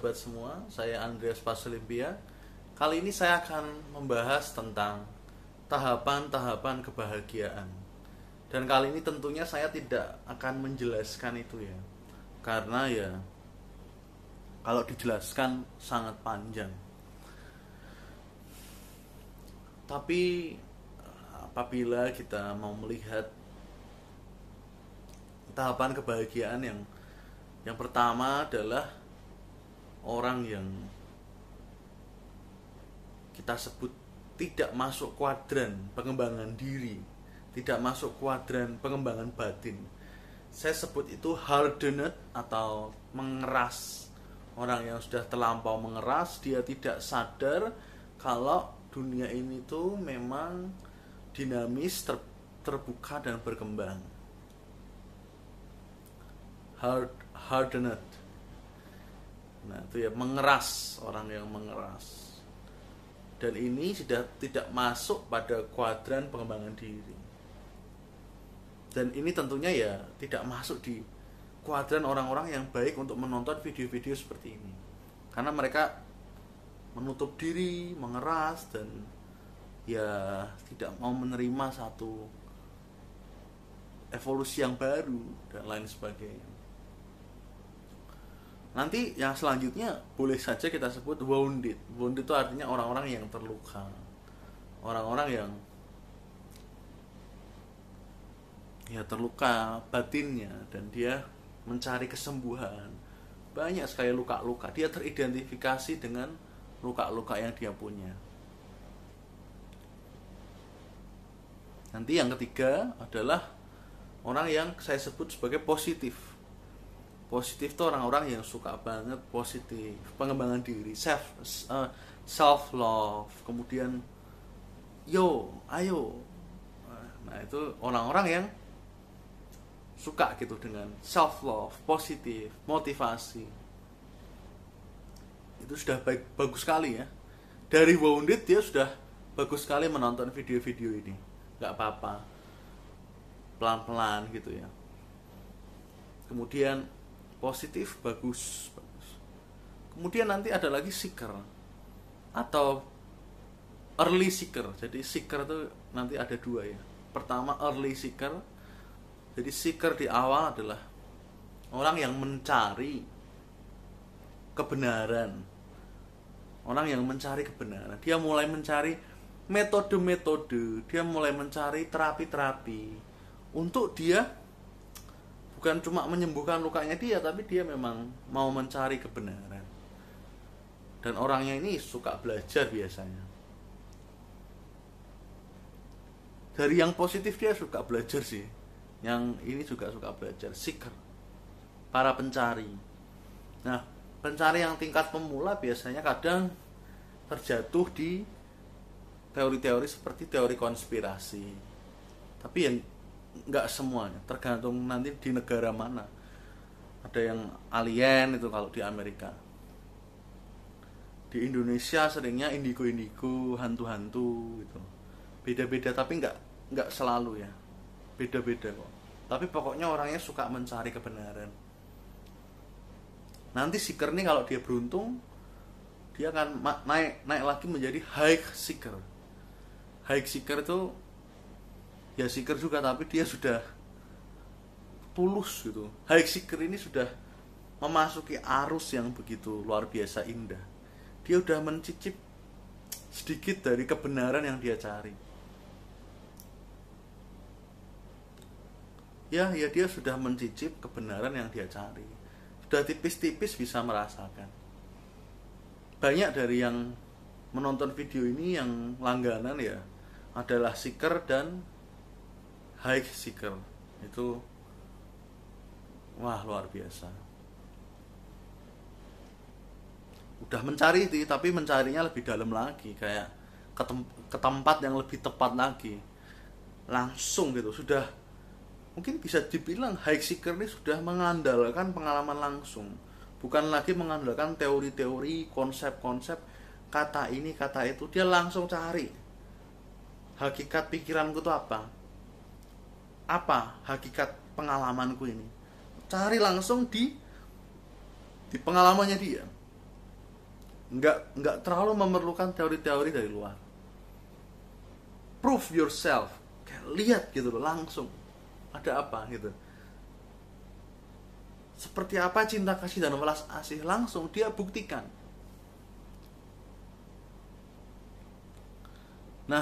sahabat semua, saya Andreas Pasolimpia. Kali ini saya akan membahas tentang tahapan-tahapan kebahagiaan. Dan kali ini tentunya saya tidak akan menjelaskan itu ya. Karena ya kalau dijelaskan sangat panjang. Tapi apabila kita mau melihat tahapan kebahagiaan yang pertama adalah orang yang kita sebut tidak masuk kuadran pengembangan diri, tidak masuk kuadran pengembangan batin. Saya sebut itu hardened atau mengeras. Orang yang sudah terlampau mengeras, dia tidak sadar kalau dunia ini tuh memang dinamis, terbuka dan berkembang. Hardened. Nah itu ya, mengeras, orang yang mengeras. Dan ini sudah tidak masuk pada kuadran pengembangan diri. Dan ini tentunya ya tidak masuk di kuadran orang-orang yang baik untuk menonton video-video seperti ini. Karena mereka menutup diri, mengeras, dan ya tidak mau menerima satu evolusi yang baru dan lain sebagainya. Nanti yang selanjutnya boleh saja kita sebut wounded. Wounded itu artinya orang-orang yang terluka, orang-orang yang ya terluka batinnya dan dia mencari kesembuhan. Banyak sekali luka-luka, dia teridentifikasi dengan luka-luka yang dia punya. Nanti yang ketiga adalah orang yang saya sebut sebagai positif. Positif itu orang-orang yang suka banget positif, pengembangan diri, self love, kemudian ayo. Nah, itu orang-orang yang suka gitu dengan self love, positif, motivasi. Itu sudah bagus sekali ya. Dari wounded dia sudah bagus sekali menonton video-video ini. Gak apa-apa, pelan-pelan gitu ya. Kemudian positif, bagus. Kemudian nanti ada lagi seeker atau early seeker. Jadi seeker itu nanti ada dua ya. Pertama early seeker. Jadi seeker di awal adalah orang yang mencari kebenaran. Orang yang mencari kebenaran. Dia mulai mencari metode-metode. Dia mulai mencari terapi-terapi untuk dia bukan cuma menyembuhkan lukanya dia, tapi dia memang mau mencari kebenaran. Dan orangnya ini suka belajar biasanya. Dari yang positif dia suka belajar sih. Yang ini juga suka belajar. Seeker, para pencari. Nah, pencari yang tingkat pemula biasanya kadang terjatuh di teori-teori seperti teori konspirasi. Tapi yang nggak semuanya, tergantung nanti di negara mana. Ada yang alien itu kalau di Amerika. Di Indonesia seringnya indigo, hantu-hantu gitu. Beda-beda, tapi nggak selalu ya. Beda-beda kok. Tapi pokoknya orangnya suka mencari kebenaran. Nanti seeker nih kalau dia beruntung, dia akan naik lagi menjadi high seeker. High seeker itu ya seeker juga, tapi dia sudah tulus gitu. High seeker ini sudah memasuki arus yang begitu luar biasa indah. Dia sudah mencicip sedikit dari kebenaran yang dia cari. Ya dia sudah mencicip kebenaran yang dia cari. Sudah tipis-tipis bisa merasakan. Banyak dari yang menonton video ini yang langganan ya adalah seeker dan high seeker. Itu wah luar biasa. Udah mencari itu, tapi mencarinya lebih dalam lagi, kayak ke tempat yang lebih tepat lagi. Langsung gitu, sudah mungkin bisa dibilang high seeker ini sudah mengandalkan pengalaman langsung. Bukan lagi mengandalkan teori-teori, konsep-konsep, kata ini, kata itu. Dia langsung cari hakikat pikiranku itu apa hakikat pengalamanku ini. Cari langsung di pengalamannya dia. nggak terlalu memerlukan teori-teori dari luar. Prove yourself, kayak lihat gitu loh, langsung ada apa gitu. Seperti apa cinta kasih dan welas asih, langsung dia buktikan. Nah,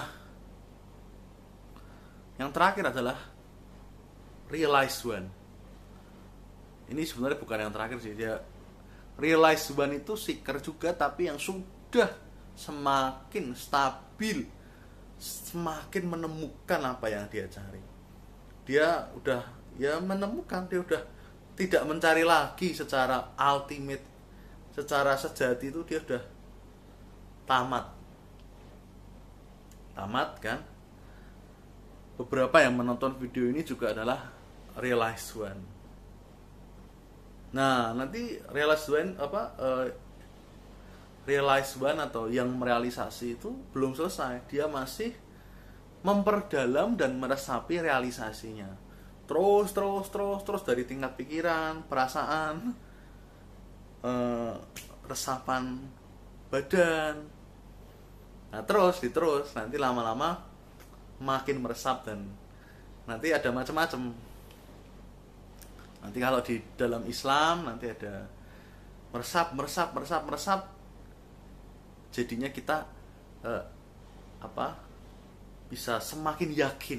yang terakhir adalah realize one. Ini sebenarnya bukan yang terakhir sih, dia realize one itu seeker juga, tapi yang sudah semakin stabil, semakin menemukan apa yang dia cari. Dia udah ya menemukan, dia udah tidak mencari lagi secara ultimate, secara sejati itu dia udah tamat kan. Beberapa yang menonton video ini juga adalah realize one. Nah, nanti realize one atau yang merealisasi itu belum selesai, dia masih memperdalam dan meresapi realisasinya. Terus dari tingkat pikiran, perasaan, resapan badan. Nah, terus nanti lama-lama makin meresap, dan nanti ada macam-macam. Nanti kalau di dalam Islam nanti ada meresap, jadinya kita bisa semakin yakin.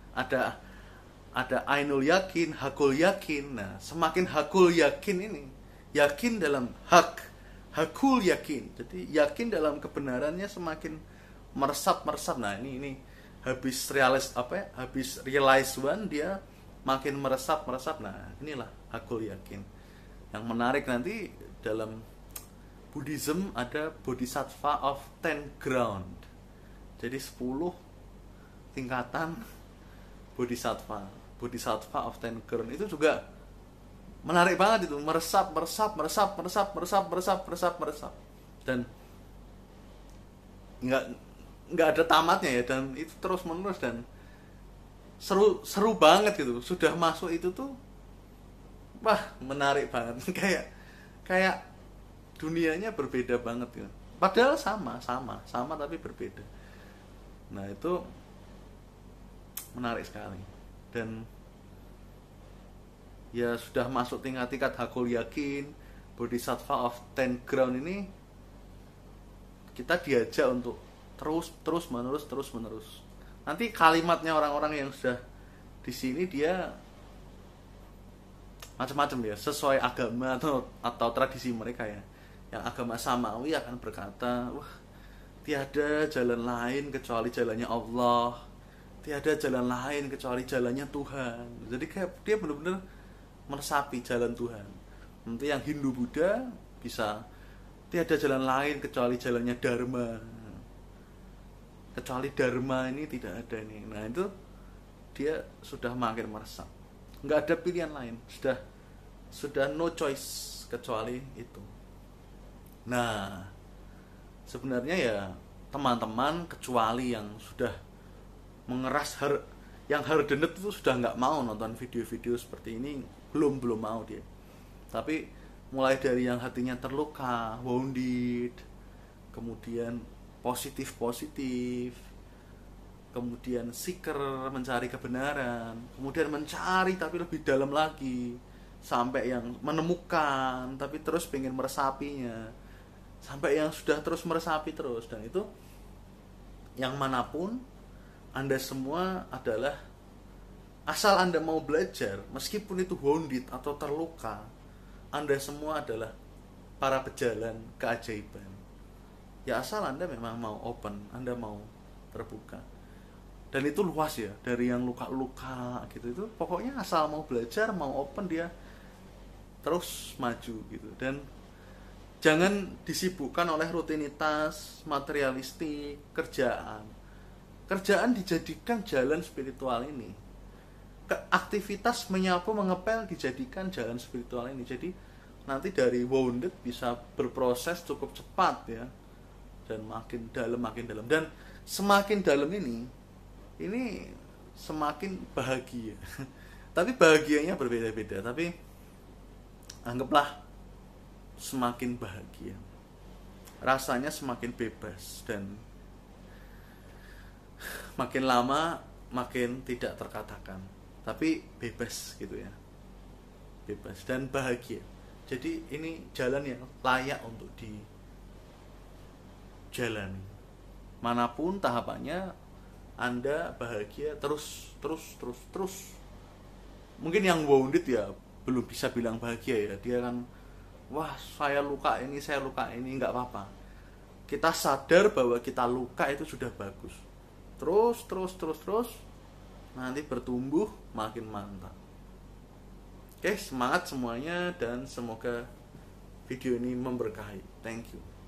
Ada ainul yakin, hakul yakin. Nah, semakin hakul yakin ini, yakin dalam hakul yakin. Jadi yakin dalam kebenarannya semakin meresap. Nah, ini habis realize one, dia makin meresap. Nah, inilah hakul yakin. Yang menarik nanti dalam Buddhism ada Bodhisattva of 10 ground. Jadi 10 tingkatan Bodhisattva of 10 ground itu juga menarik banget itu, meresap, dan nggak ada tamatnya ya, dan itu terus menerus, dan seru banget gitu. Sudah masuk itu tuh, wah, menarik banget. kayak dunianya berbeda banget gitu. Padahal sama tapi berbeda. Nah, itu menarik sekali. Dan ya sudah masuk tingkat hakul yakin, Bodhisattva of 10 ground ini, kita diajak untuk terus menerus. Nanti kalimatnya orang-orang yang sudah di sini dia macam-macam ya, sesuai agama atau tradisi mereka ya. Yang agama Samawi akan berkata, wah, tiada jalan lain kecuali jalannya Allah, tiada jalan lain kecuali jalannya Tuhan. Jadi kayak dia benar-benar meresapi jalan Tuhan. Nanti yang Hindu Buddha bisa tiada jalan lain kecuali jalannya Dharma, kecuali Dharma ini tidak ada ini. Nah, itu dia sudah makin meresap, nggak ada pilihan lain, sudah no choice kecuali itu. Nah, sebenarnya ya teman-teman, kecuali yang sudah mengeras yang hardened itu sudah nggak mau nonton video-video seperti ini, belum mau dia. Tapi mulai dari yang hatinya terluka, wounded, kemudian positif, kemudian seeker, mencari kebenaran, kemudian mencari tapi lebih dalam lagi, sampai yang menemukan tapi terus pengen meresapinya, sampai yang sudah terus meresapi terus. Dan itu yang manapun Anda semua adalah, asal Anda mau belajar, meskipun itu wounded atau terluka, Anda semua adalah para pejalan keajaiban. Ya, asal Anda memang mau open, Anda mau terbuka. Dan itu luas ya, dari yang luka-luka gitu, itu pokoknya asal mau belajar, mau open, dia terus maju gitu. Dan jangan disibukkan oleh rutinitas, materialistik, kerjaan dijadikan jalan spiritual ini. Aktivitas menyapu, mengepel dijadikan jalan spiritual ini. Jadi nanti dari wounded bisa berproses cukup cepat ya, dan makin dalam. Dan semakin dalam ini semakin bahagia. Tapi bahagianya berbeda-beda, tapi anggaplah semakin bahagia. rasanya semakin bebas, dan makin lama makin tidak terkatakan, tapi bebas gitu ya, bebas dan bahagia. Jadi ini jalan yang layak untuk dijalani manapun tahapannya. Anda bahagia terus terus terus terus. Mungkin yang wounded ya belum bisa bilang bahagia ya, dia kan wah saya luka ini, saya luka ini, nggak apa-apa. Kita sadar bahwa kita luka itu sudah bagus. Terus terus terus terus nanti bertumbuh makin mantap. Oke, semangat semuanya dan semoga video ini memberkahi. Thank you.